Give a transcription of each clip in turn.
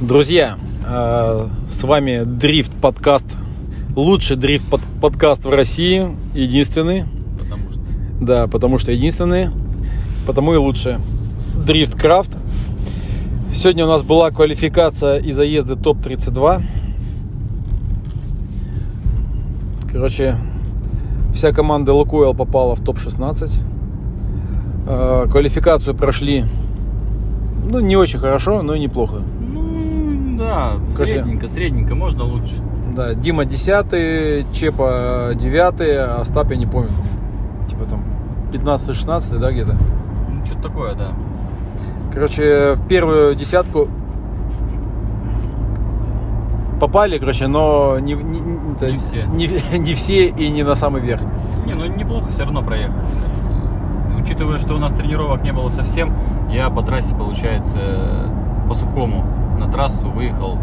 Друзья, с вами Дрифт подкаст, лучший дрифт подкаст в России, единственный. Потому что единственный, потому и лучше. Дрифт Крафт. Сегодня у нас была квалификация и заезды ТОП-32. Короче, вся команда Лукойл попала в ТОП-16. Квалификацию прошли, не очень хорошо, но и неплохо. Да, средненько, можно лучше. Да, Дима 10-й, Чепа 9-й, а Остап я не помню. Типа там 15-16, да, где-то? Что-то такое, да. Короче, в первую десятку попали, но не все и не на самый верх. Неплохо все равно проехали. Учитывая, что у нас тренировок не было совсем, я по трассе, получается, по сухому на трассу выехал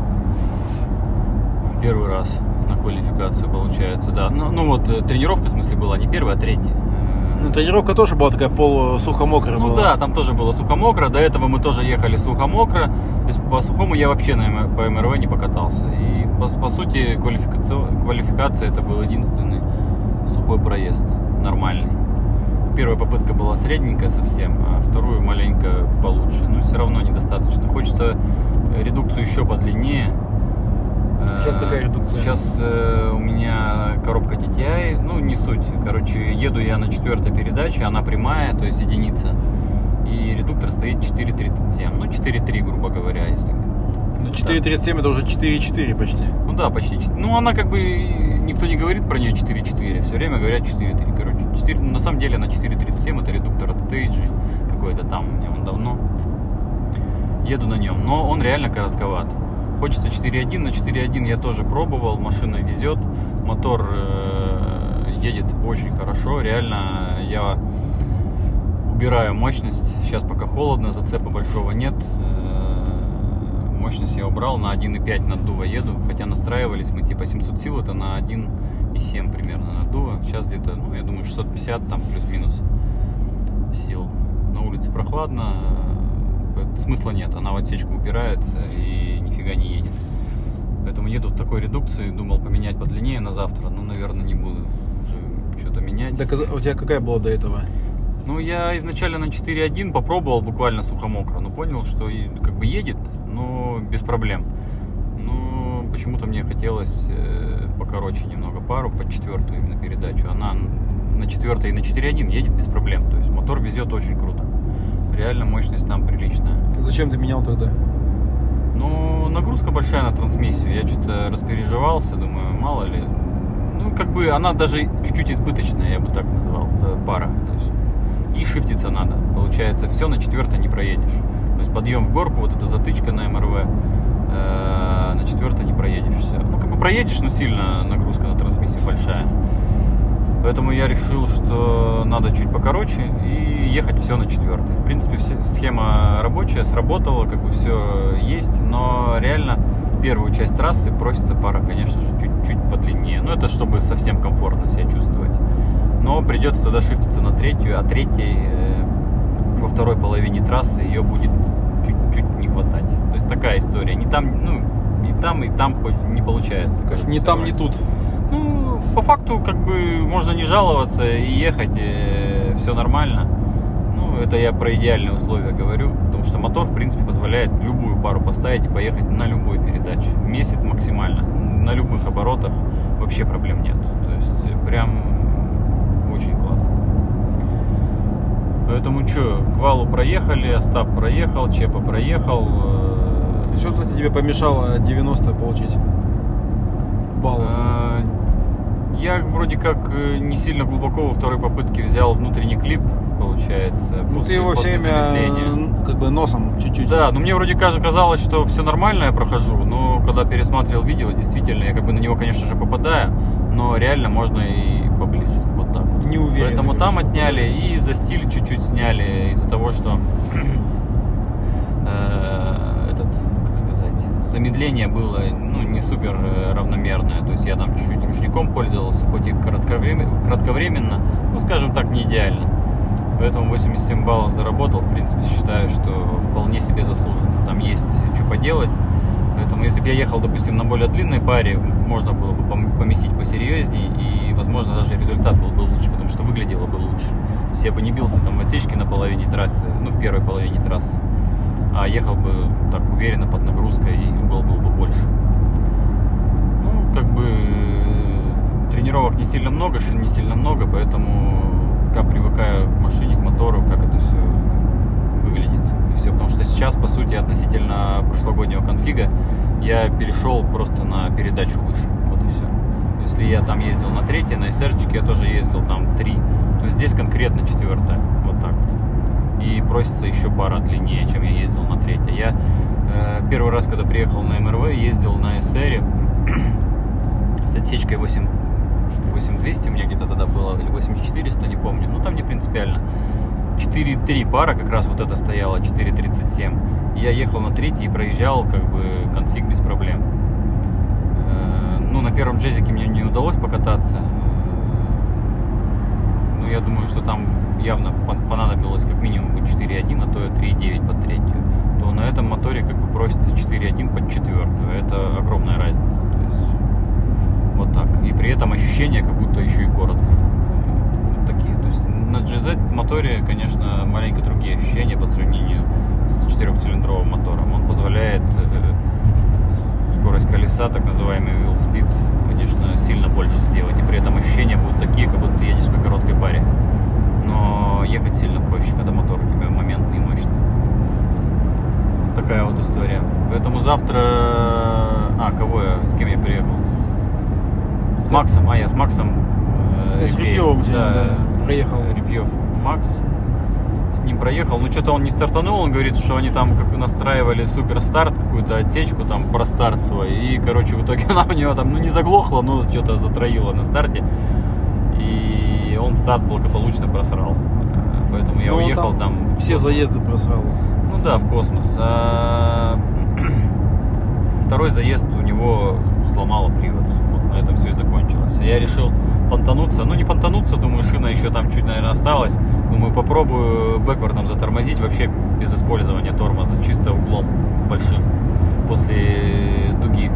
первый раз на квалификацию, получается, да. Тренировка, в смысле, была не первая, а третья. Тренировка тоже была такая полусухо-мокрая. Да, там тоже было сухо-мокро. До этого мы тоже ехали сухо-мокро. То есть по сухому я вообще по МРВ не покатался. И по сути квалификация это был единственный сухой проезд, нормальный. Первая попытка была средненькая совсем, а вторую маленько получше. Но все равно недостаточно. Хочется редукцию еще подлиннее. Сейчас какая редукция? Сейчас у меня коробка TTI, не суть. Короче, еду я на 4-й передаче, она прямая, то есть единица. И редуктор стоит 4.37, 4.3, грубо говоря, если. 4.37 это уже 4.4 почти. Почти. Она никто не говорит про нее 4.4, все время говорят 4.3, короче. На самом деле она 4.37, это редуктор от Stage, какой-то там у меня он давно. Еду на нем, но он реально коротковат. Хочется 4.1, на 4.1 я тоже пробовал, машина везет, мотор едет очень хорошо, реально я убираю мощность, сейчас пока холодно, зацепа большого нет, мощность я убрал, на 1.5 наддува еду, хотя настраивались мы типа 700 сил, это на 1.7 примерно наддува, сейчас где-то, я думаю 650 там плюс-минус сил, на улице прохладно, смысла нет, она в отсечку упирается и нифига не едет. Поэтому еду в такой редукции, думал поменять подлиннее на завтра, наверное, не буду уже что-то менять. Так у тебя какая была до этого? Я изначально на 4.1 попробовал буквально сухо-мокро, но понял, что едет, но без проблем. Но почему-то мне хотелось покороче немного пару, под 4-ю именно передачу. Она на 4-й и на 4.1 едет без проблем, то есть мотор везет очень круто. Реально мощность там приличная. Зачем ты менял тогда? Нагрузка большая на трансмиссию. Я что-то распереживался, думаю, мало ли. Она даже чуть-чуть избыточная, я бы так назвал, пара. То есть, и шифтиться надо. Получается, все на 4-й не проедешь. То есть подъем в горку, вот эта затычка на МРВ, на 4-й не проедешь. Все. Проедешь, но сильно нагрузка на трансмиссию большая. Поэтому я решил, что надо чуть покороче и ехать все на 4-й. В принципе, схема рабочая, сработала, все есть, но реально первую часть трассы просится пара, конечно же, чуть-чуть подлиннее. Это чтобы совсем комфортно себя чувствовать. Но придется тогда шифтиться на 3-ю, а 3-й во второй половине трассы ее будет чуть-чуть не хватать. То есть такая история. Не там, и там хоть не получается. Ни там, ни тут. По факту, можно не жаловаться и ехать, все нормально. Это я про идеальные условия говорю, потому что мотор, в принципе, позволяет любую пару поставить и поехать на любой передаче. Месит максимально, на любых оборотах вообще проблем нет. То есть, прям очень классно. Поэтому к валу проехали, Остап проехал, Чепа проехал. И что, кстати, тебе помешало 90 получить баллов? Я вроде как не сильно глубоко во второй попытке взял внутренний клип, получается. Ты его все время носом чуть-чуть. Да, но мне вроде казалось, что все нормально я прохожу, но когда пересматривал видео, действительно, я на него, конечно же, попадаю, но реально можно и поближе, вот так вот. Не уверен. Поэтому там отняли и за стиль чуть-чуть сняли из-за того, что замедление было не супер равномерное, то есть я там чуть-чуть ручником пользовался, хоть и кратковременно, скажем так, не идеально. Поэтому 87 баллов заработал, в принципе, считаю, что вполне себе заслуженно. Там есть что поделать. если бы я ехал, допустим, на более длинной паре, можно было бы поместить посерьезней, и, возможно, даже результат был бы лучше, потому что выглядело бы лучше. То есть я бы не бился там в отсечке на половине трассы, ну, в первой половине трассы, а ехал бы так уверенно под нагрузкой, и угол был бы больше. Ну, как бы тренировок не сильно много, шин не сильно много, поэтому пока привыкаю к машине, к мотору, как это все выглядит. И все, потому что сейчас, по сути, относительно прошлогоднего конфига, я перешел просто на передачу выше. Вот и все. Если я там ездил на 3-й, на SR-чике я тоже ездил там 3, то здесь конкретно 4-я. Вот так вот. И просится еще пара длиннее, чем я ездил на 3-й. Я первый раз, когда приехал на МРВ, ездил на SR с отсечкой 8200 у меня где-то тогда было, или 8400, не помню. Ну, там не принципиально. 4.3 пара как раз вот это стояла, 4.37. Я ехал на 3-й и проезжал как бы конфиг без проблем. Ну, на первом джезике мне не удалось покататься. Ну, я думаю, что там явно понадобилось как минимум 4.1, а то 3.9 под 3-ю. То на этом моторе как бы просится 4.1 под 4-ю. Это огромная разница. То есть вот так. И при этом ощущение как будто еще и коротко. Вот такие. То есть на GZ моторе, конечно, маленько другие ощущения по сравнению с 4-цилиндровым мотором. Он позволяет скорость колеса, так называемый wheel speed, конечно, сильно больше сделать. И при этом ощущения будут такие, как будто ты едешь на короткой паре. Но ехать сильно проще, когда мотор у тебя моментный и мощный. Вот такая вот история. Поэтому завтра... с кем я приехал? С Максом. Я с Максом. Ты с Репьевым, да, проехал. Репьев Макс. С ним проехал. Ну, что-то он не стартанул. Он говорит, что они там как настраивали супер старт, какую-то отсечку там про старт свой. И, короче, в итоге она у него там, не заглохла, но что-то затроила на старте. И он старт благополучно просрал. Поэтому я уехал там... Все заезды просрал. Ну да, в космос. А второй заезд у него сломало привод. Вот на этом все и закончилось. Я решил понтануться. Ну, не понтануться, думаю, шина еще там чуть, наверное, осталась. Думаю, попробую бэквардом затормозить вообще без использования тормоза. Чисто углом большим после дуги.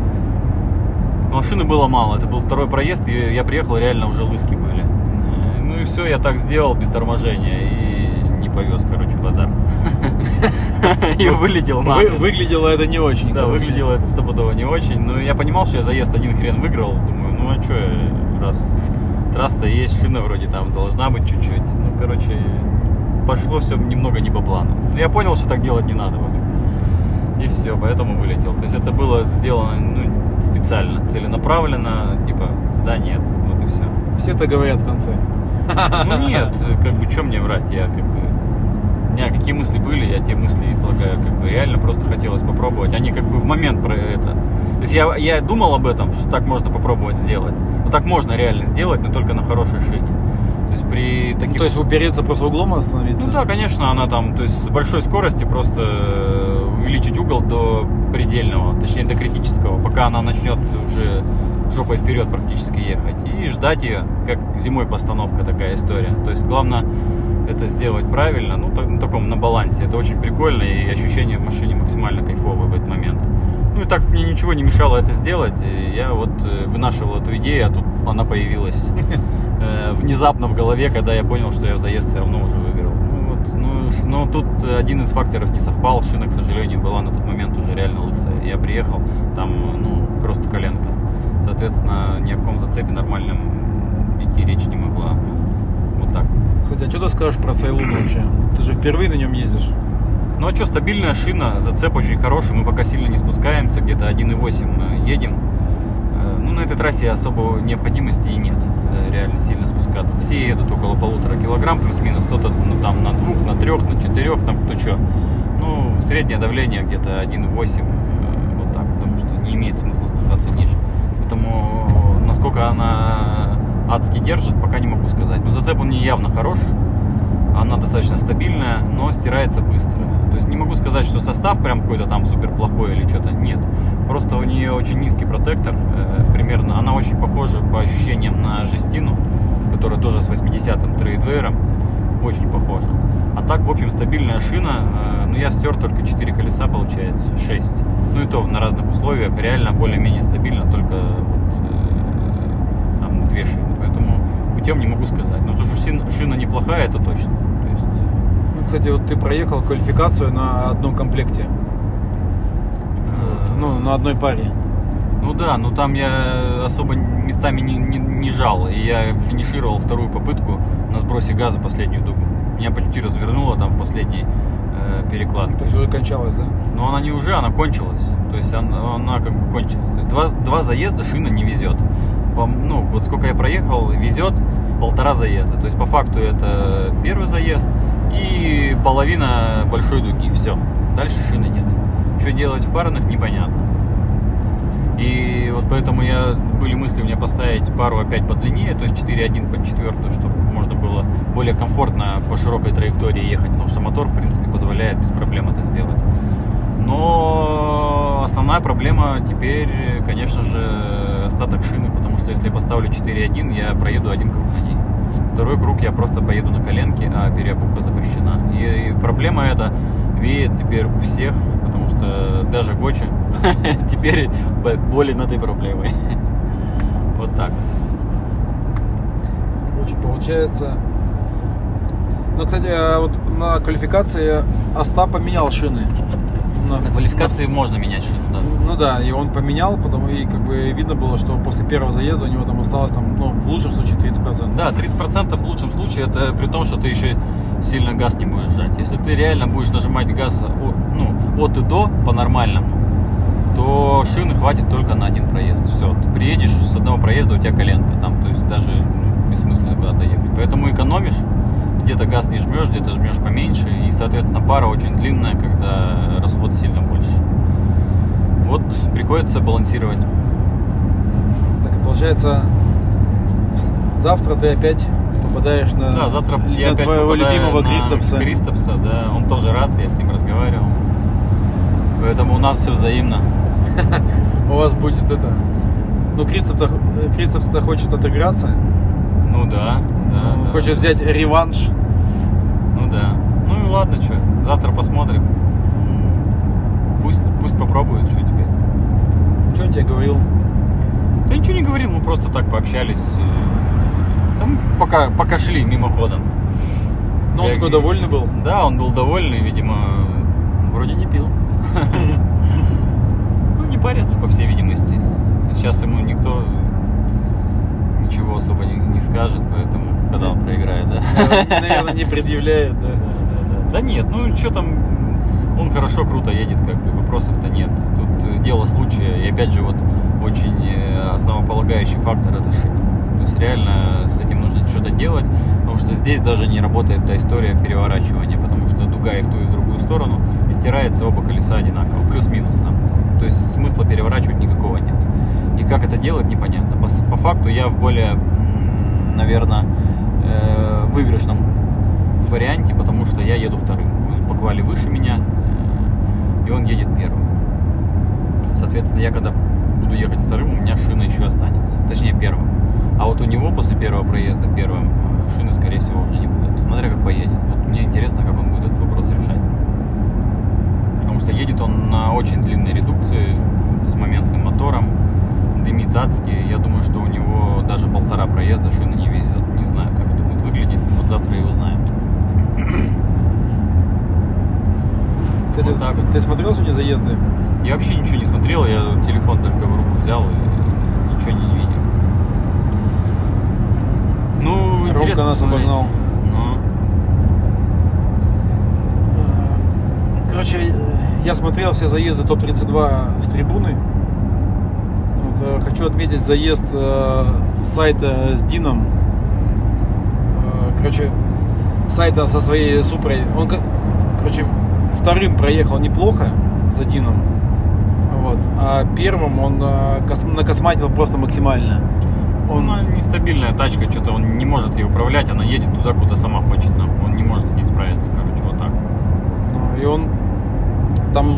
Но машины было мало. Это был второй проезд, и я приехал, реально уже лыски были. Ну и все, я так сделал без торможения. И не повез, короче, базар. И вылетел нахрен. Выглядело это не очень. Да, выглядело это стопудово не очень. Но я понимал, что я заезд один хрен выиграл. Думаю, ну а что, раз трасса есть, шина вроде там должна быть чуть-чуть. Ну, короче, пошло все немного не по плану. Но я понял, что так делать не надо. И все, поэтому вылетел. То есть это было сделано специально, целенаправленно. Типа, да, нет, вот и все. Все это говорят в конце. Ну нет, как бы, что мне врать, я как бы... У меня какие мысли были, я те мысли излагаю, как бы, реально просто хотелось попробовать. Они как бы в момент про это... То есть я думал об этом, что так можно попробовать сделать. Но так можно реально сделать, но только на хорошей шине. То есть при таких... То есть упереться просто углом остановиться? Ну да, конечно, она там, то есть с большой скорости просто увеличить угол до предельного, точнее до критического, пока она начнет уже жопой вперед практически ехать. И ждать ее, как зимой постановка, такая история. То есть главное это сделать правильно, ну на таком, на балансе. Это очень прикольно, и ощущения в машине максимально кайфовые в этот момент. Ну и так как мне ничего не мешало это сделать, я вот вынашивал эту идею, а тут она появилась внезапно в голове, когда я понял, что я заезд все равно уже выиграл. Но тут один из факторов не совпал, шина, к сожалению, была на тот момент уже реально лысая. Я приехал, там, просто коленка. Соответственно, ни о каком зацепе нормальном идти речь не могла. Вот так. Кстати, а что ты скажешь про Сайлун вообще? Ты же впервые на нем ездишь. Ну а что, стабильная шина, зацеп очень хороший, мы пока сильно не спускаемся, где-то 1.8 едем. Ну, на этой трассе особо необходимости и нет, реально сильно спускаться. Все едут около 1,5 килограмм плюс-минус, кто-то там на 2, на 3, на 4, там кто что. Ну, среднее давление где-то 1.8, вот так, потому что не имеет смысла спускаться ниже. Поэтому, насколько она адски держит, пока не могу сказать. Но зацеп он не явно хороший, она достаточно стабильная, но стирается быстро. То есть не могу сказать, что состав прям какой-то там супер плохой или что-то, нет. Просто у нее очень низкий протектор, примерно, она очень похожа по ощущениям на Жестину, которая тоже с 80-м трейдвейром, очень похожа. А так, в общем, стабильная шина, я стер только 4 колеса, получается, 6. Ну и то на разных условиях, реально более-менее стабильно, только там 2 шины. Поэтому путем не могу сказать. Но то, что шина неплохая, это точно. То есть... Ну, кстати, вот ты проехал квалификацию на одном комплекте. Ну, на одной паре. Ну да, но там я особо местами не жал. И я финишировал вторую попытку на сбросе газа последнюю дугу. Меня почти развернуло там в последней перекладке. То есть уже кончалась, да? Но она не уже, она кончилась. То есть она как бы кончилась. Два заезда шина не везет. Ну, вот сколько я проехал, везет 1,5 заезда. То есть по факту это первый заезд и половина большой дуги. Все. Дальше шины нет. Что делать в парных, непонятно. И вот поэтому были мысли у меня поставить пару опять подлиннее, то есть 4.1 под 4, чтобы можно было более комфортно по широкой траектории ехать, потому что мотор, в принципе, позволяет без проблем это сделать. Но основная проблема теперь, конечно же, остаток шины, потому что если я поставлю 4.1, я проеду один круг на ней. Второй круг я просто поеду на коленке, а переобувка запрещена. И проблема эта веет теперь у всех, потому что даже Гоча теперь болен этой проблемой. Вот так вот. Короче, получается... Ну, кстати, вот на квалификации Остап поменял шины. На квалификации можно менять шину, да. Ну да, и он поменял, и как бы видно было, что после первого заезда у него там осталось в лучшем случае 30%. Да, 30% в лучшем случае, это при том, что ты еще сильно газ не будешь жать. Если ты реально будешь нажимать газ от и до по-нормальному, то шины хватит только на один проезд. Все, ты приедешь с одного проезда, у тебя коленка там, то есть даже бессмысленно куда-то ехать. Поэтому экономишь, где-то газ не жмешь, где-то жмешь поменьше, и, соответственно, пара очень длинная, когда расход сильно больше. Вот приходится балансировать. Так и получается, завтра ты опять попадаешь на, да, завтра я на опять твоего любимого Кристопса. Кристопса, да, он тоже рад, я с ним разговаривал. Поэтому у нас все взаимно. У вас будет это... Ну, Кристопс-то хочет отыграться. Ну да. Хочет взять реванш. Ну да. Ну и ладно, что. Завтра посмотрим. Пусть попробует, что теперь. Что он тебе говорил? Да ничего не говорил, мы просто так пообщались. Там пока шли мимоходом. Ну, он такой довольный был? Да, он был довольный, видимо, вроде не пил. Ну, не парится, по всей видимости. Сейчас ему никто ничего особо не скажет, поэтому, когда он проиграет, да. Наверное, не предъявляет, да. Да нет, ну что там, он хорошо, круто едет, как бы, вопросов-то нет. Тут дело случая, и опять же, вот, очень основополагающий фактор — это шина. То есть реально с этим нужно что-то делать, потому что здесь даже не работает та история переворачивания, потому что дуга и в ту, и в другую сторону, и стирается оба колеса одинаково, плюс-минус там. То есть смысла переворачивать никакого нет. И как это делать, непонятно. По факту я в более, наверное, выигрышном варианте, потому что я еду вторым. Он по квали выше меня, и он едет первым. Соответственно, я когда буду ехать вторым, у меня шина еще останется. Точнее, первым. А вот у него после первого проезда первым шины, скорее всего, уже не будет. Смотря как поедет. Вот мне интересно, как он будет этот вопрос решать. Потому что едет он на очень длинной редукции с моментным мотором. Дымит адски. Я думаю, что у него даже 1,5 проезда шины не везет. Не знаю, как это будет выглядеть. Вот завтра и узнаем. Вот так вот. Ты смотрел сегодня заезды? Я вообще ничего не смотрел. Я телефон только в руку взял и ничего не видел. Ну, Ромка интересно нас посмотреть. обогнал. Ну. Короче, я смотрел все заезды ТОП-32 с трибуны. Вот, хочу отметить заезд сайта с Дином. Короче, сайта со своей Супрой. Он, короче, вторым проехал неплохо за Дином. Вот. А первым он накосматил просто максимально. Она нестабильная тачка, что-то он не может ее управлять, она едет туда, куда сама хочет. Он не может с ней справиться, короче, вот так. И он там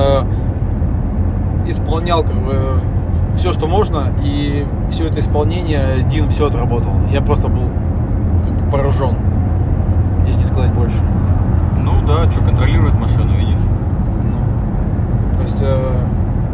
исполнял как бы все, что можно, и все это исполнение Дин все отработал. Я просто был как бы поражен, если не сказать больше. Ну да, что, контролирует машину, видишь? То есть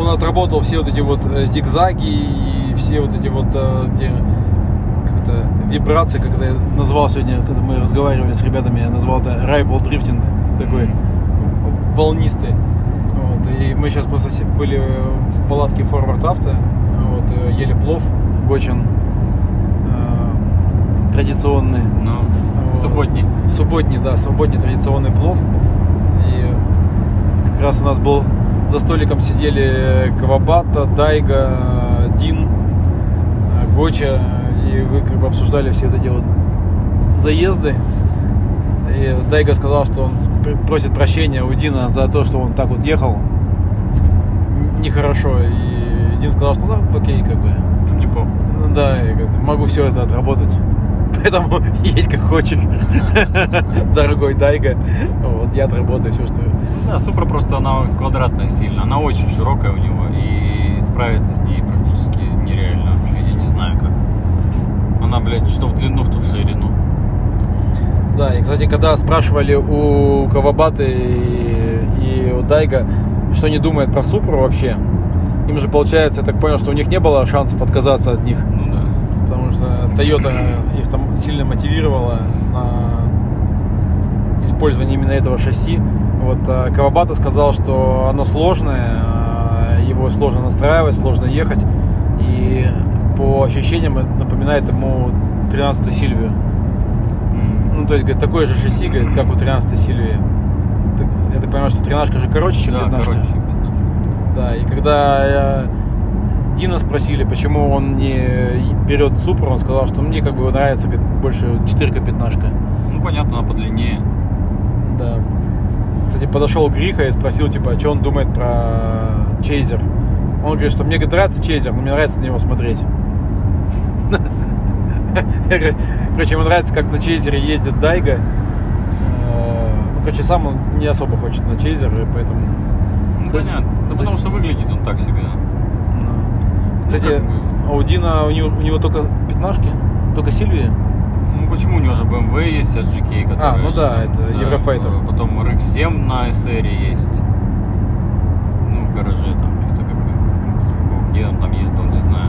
он отработал все вот эти вот зигзаги и все вот эти вот как-то вибрации, как я назвал сегодня, когда мы разговаривали с ребятами, я назвал это райбл дрифтинг, такой волнистый. Вот. И мы сейчас просто были в палатке Forward Auto, вот, ели плов, гочен традиционный. Субботний. Субботний традиционный плов. И как раз у нас был, за столиком сидели Кавабата, Дайга, Дин, Гоча, и вы как бы обсуждали все вот эти вот заезды. И Дайга сказал, что он просит прощения у Дина за то, что он так вот ехал нехорошо. И Дин сказал, что ну окей, как бы. Неплохо. Да, я могу все это отработать. Поэтому едь как хочешь, дорогой Дайга. Вот, я отработаю все, что... Да, Супра просто, она квадратная сильно. Она очень широкая у него. И справиться с ней практически нереально вообще. Я не знаю как. Она, блядь, что в длину, что в ширину. Да, и, кстати, когда спрашивали у Кавабаты и у Дайга, что они думают про Супру вообще, им же, получается, я так понял, что у них не было шансов отказаться от них. Ну да. Потому что Toyota их там сильно мотивировала на использование именно этого шасси. Вот Кавабата сказал, что оно сложное, его сложно настраивать, сложно ехать. И по ощущениям напоминает ему 13-ю Сильвию. Ну, то есть, говорит, такое же шасси, говорит, как у 13-й Сильвии. Я так понимаю, что 13-ка же короче, чем 15-ка. Короче, 15-ка. Да, и когда Дина спросили, почему он не берет Супру, он сказал, что мне как бы нравится больше 4-ка-15-ка. Ну, понятно, она подлиннее. Да. Кстати, подошел Гриха и спросил, типа, что он думает про Чейзер. Он говорит, что мне нравится Чейзер, но мне нравится на него смотреть. Короче, ему нравится, как на Чейзере ездит Дайга. Короче, сам он не особо хочет на Чейзер, поэтому... Ну, понятно. Да потому что выглядит он так себе. Кстати, у Дина, у него только 15-шки? Только Сильвия? Ну, почему? У него же BMW есть, SGK, который... ну да, это Еврофайтер. Потом RX-7 на SR есть. Ну, в гараже там что-то как... Где он там ездил, не знаю.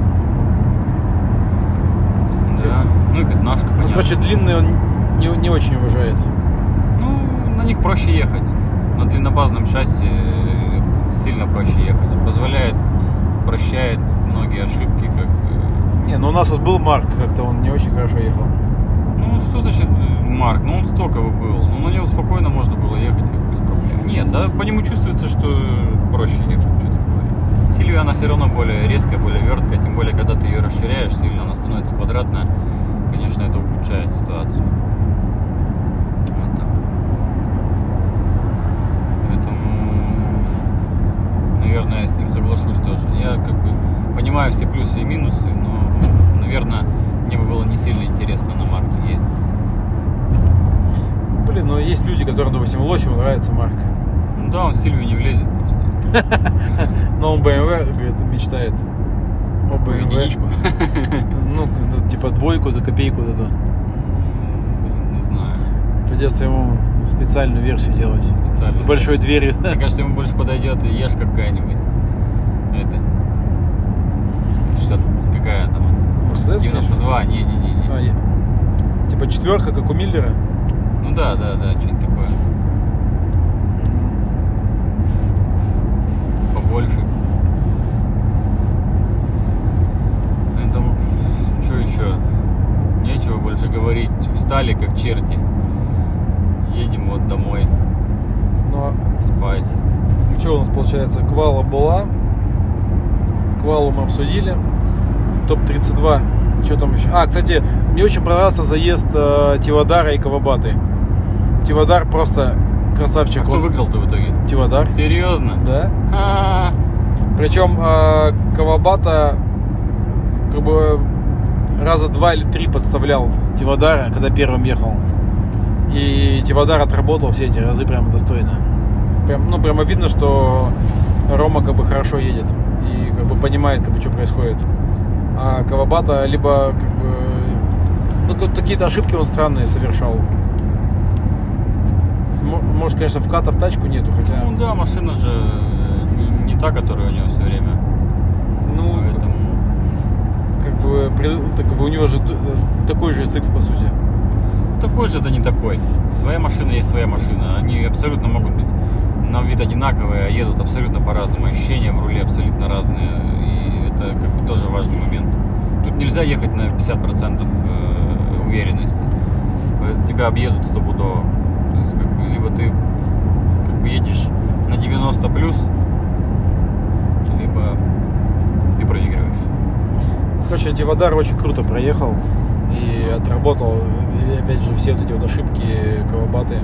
Да, ну и 15-шка, понятно. Ну, короче, длинный он не очень уважает. Ну, на них проще ехать. На длиннобазном шасси сильно проще ехать. Позволяет, прощает многие ошибки, как... Не, ну у нас вот был Марк, как-то он не очень хорошо ехал. Ну, что значит Марк? Ну, он стоковый был. Ну, на него спокойно можно было ехать, как без проблем. Нет, да, по нему чувствуется, что проще ехать, что такое. Сильвия, она все равно более резкая, более верткая, тем более, когда ты ее расширяешь сильно, она становится квадратная. Конечно, это ухудшает ситуацию. Вот так. Поэтому, наверное, я с ним соглашусь тоже. Я как бы понимаю все плюсы и минусы, но, наверное, мне бы было не сильно интересно на Марке ездить. Блин, но есть люди, которым, допустим, Лосеву нравится Марк. Ну да, он в Сильвию не влезет просто. Но он BMW, говорит, мечтает. О BMW. Единичку. Ну, типа двойку, да копейку эту. Не знаю. Придется ему специальную версию делать. С большой дверью. Мне кажется, ему больше подойдет Еш какая-нибудь. Это. 60 какая там? Мерседес? 92, не. Типа четверка, как у Миллера? Ну да, что-нибудь такое. Побольше. Поэтому, что еще? Нечего больше говорить. Устали, как черти. Едем вот домой. Ну, спать. Что у нас получается? Квала была. Квалу мы обсудили. Топ-32. Что там еще? Кстати, мне очень понравился заезд Тивадара и Кавабаты. Тивадар просто красавчик. Кто выиграл-то в итоге? Тивадар. Серьезно? Да. Причем Кавабата как бы раза 2 или 3 подставлял Тивадара, когда первым ехал. И Тивадар отработал все эти разы прямо достойно. Прямо видно, что Рома как бы хорошо едет и как бы понимает, как бы, что происходит. А Кавабата либо как бы какие-то ошибки он странные совершал. Может, конечно, вката в тачку нету, хотя... Ну да, машина же не та, которая у него все время. Ну, Поэтому... как бы у него же такой же SX, по сути. Такой же, да не такой. Своя машина есть своя машина. Они абсолютно могут быть на вид одинаковые, а едут абсолютно по-разному. Ощущения в руле абсолютно разные. И это как бы тоже важный момент. Тут нельзя ехать на 50% уверенности. Тебя объедут стопудово. То есть, как бы, либо ты как бы едешь на 90 плюс, либо ты проигрываешь. Короче, Деводар очень круто проехал и отработал, и, опять же, все вот эти вот ошибки Кавабаты.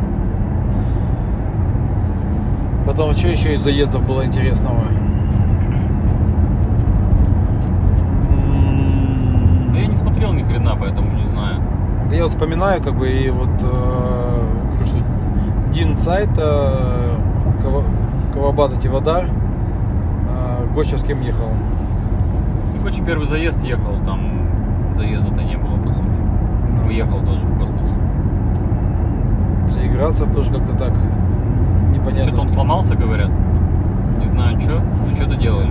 Потом, что еще из заездов было интересного? Да я не смотрел ни хрена, поэтому не знаю. Да я вот вспоминаю, как бы, и вот что Дин Сайт, Кавабата Деводар, Гоча с кем ехал? Гоча первый заезд ехал, там заезда-то не было, по сути. Уехал тоже в космос. Цареградцев тоже как-то так непонятно. Что-то он сломался, говорят. Не знаю, что, но что-то делали.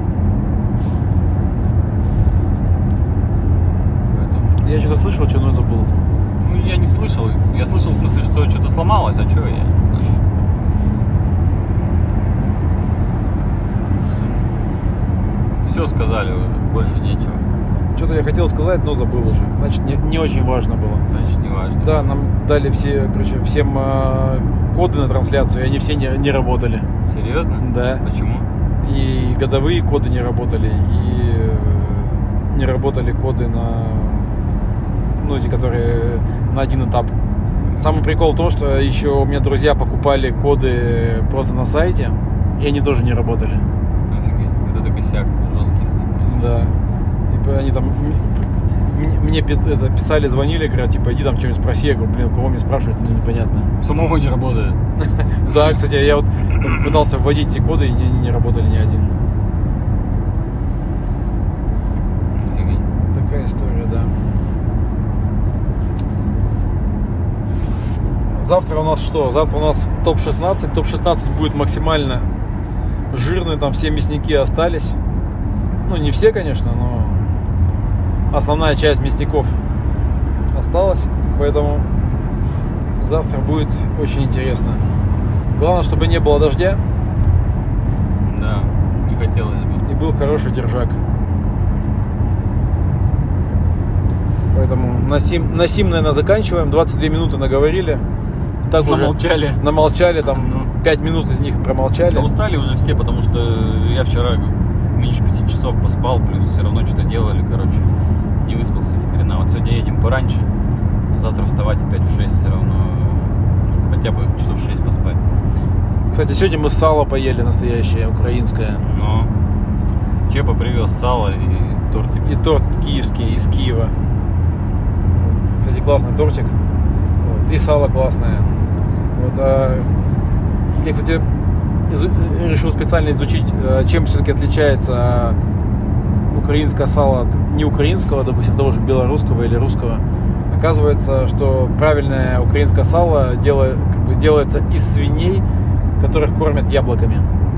Поэтому... Я что-то слышал, что, но забыл. Ну, я не слышал. Я слышал, в смысле, что что-то сломалось, а что, я не знаю. Все сказали уже, больше нечего. Что-то я хотел сказать, но забыл уже. Значит, не очень важно было. Значит, не важно. Да, нам дали всем коды на трансляцию, и они все не работали. Серьезно? Да. Почему? И годовые коды не работали, и не работали коды эти, которые на один этап. Самый прикол в том, что еще у меня друзья покупали коды просто на сайте, и они тоже не работали. Офигеть, это косяк, жесткий с ним, конечно. Да. И они там мне писали, звонили, говорят, типа, иди там что-нибудь спроси. Я говорю, кого мне спрашивать, непонятно. Самого не работает. Да, кстати, я вот пытался вводить эти коды, и не работали ни один. Офигеть. Такая история, да. Завтра у нас что? Завтра у нас топ-16. Топ-16 будет максимально жирный, там все мясники остались. Ну, не все, конечно, но основная часть мясников осталась. Поэтому завтра будет очень интересно. Главное, чтобы не было дождя. Да, не хотелось бы. И был хороший держак. Поэтому на сим, наверное, заканчиваем. 22 минуты наговорили. Так намолчали. Уже намолчали, там 5 минут из них промолчали. Да устали уже все, потому что я вчера меньше 5 часов поспал, плюс все равно что-то делали, короче. Не выспался ни хрена. Вот сегодня едем пораньше, завтра вставать опять в 6 все равно. Хотя бы часов 6 поспать. Кстати, сегодня мы сало поели настоящее, украинское. Но Чепа привез сало и тортик. И торт киевский из Киева. Кстати, классный тортик. Вот. И сало классное. Вот, я, кстати, решил специально изучить, чем все-таки отличается украинское сало от неукраинского, допустим, того же белорусского или русского. Оказывается, что правильное украинское сало делается из свиней, которых кормят яблоками.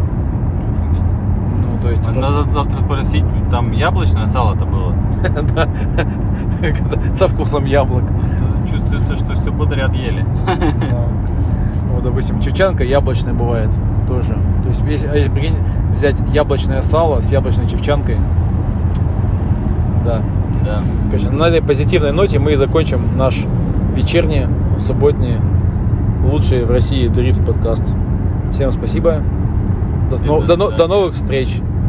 Ну, то есть, надо завтра спросить, там яблочное сало-то было? Да, со вкусом яблок. Чувствуется, что все подряд ели. Вот, допустим, чевчанка яблочная бывает тоже. То есть, если прикинь, взять яблочное сало с яблочной чевчанкой. Да. Да. Конечно, на этой позитивной ноте мы и закончим наш вечерний, субботний, лучший в России дрифт подкаст. Всем спасибо. До новых встреч.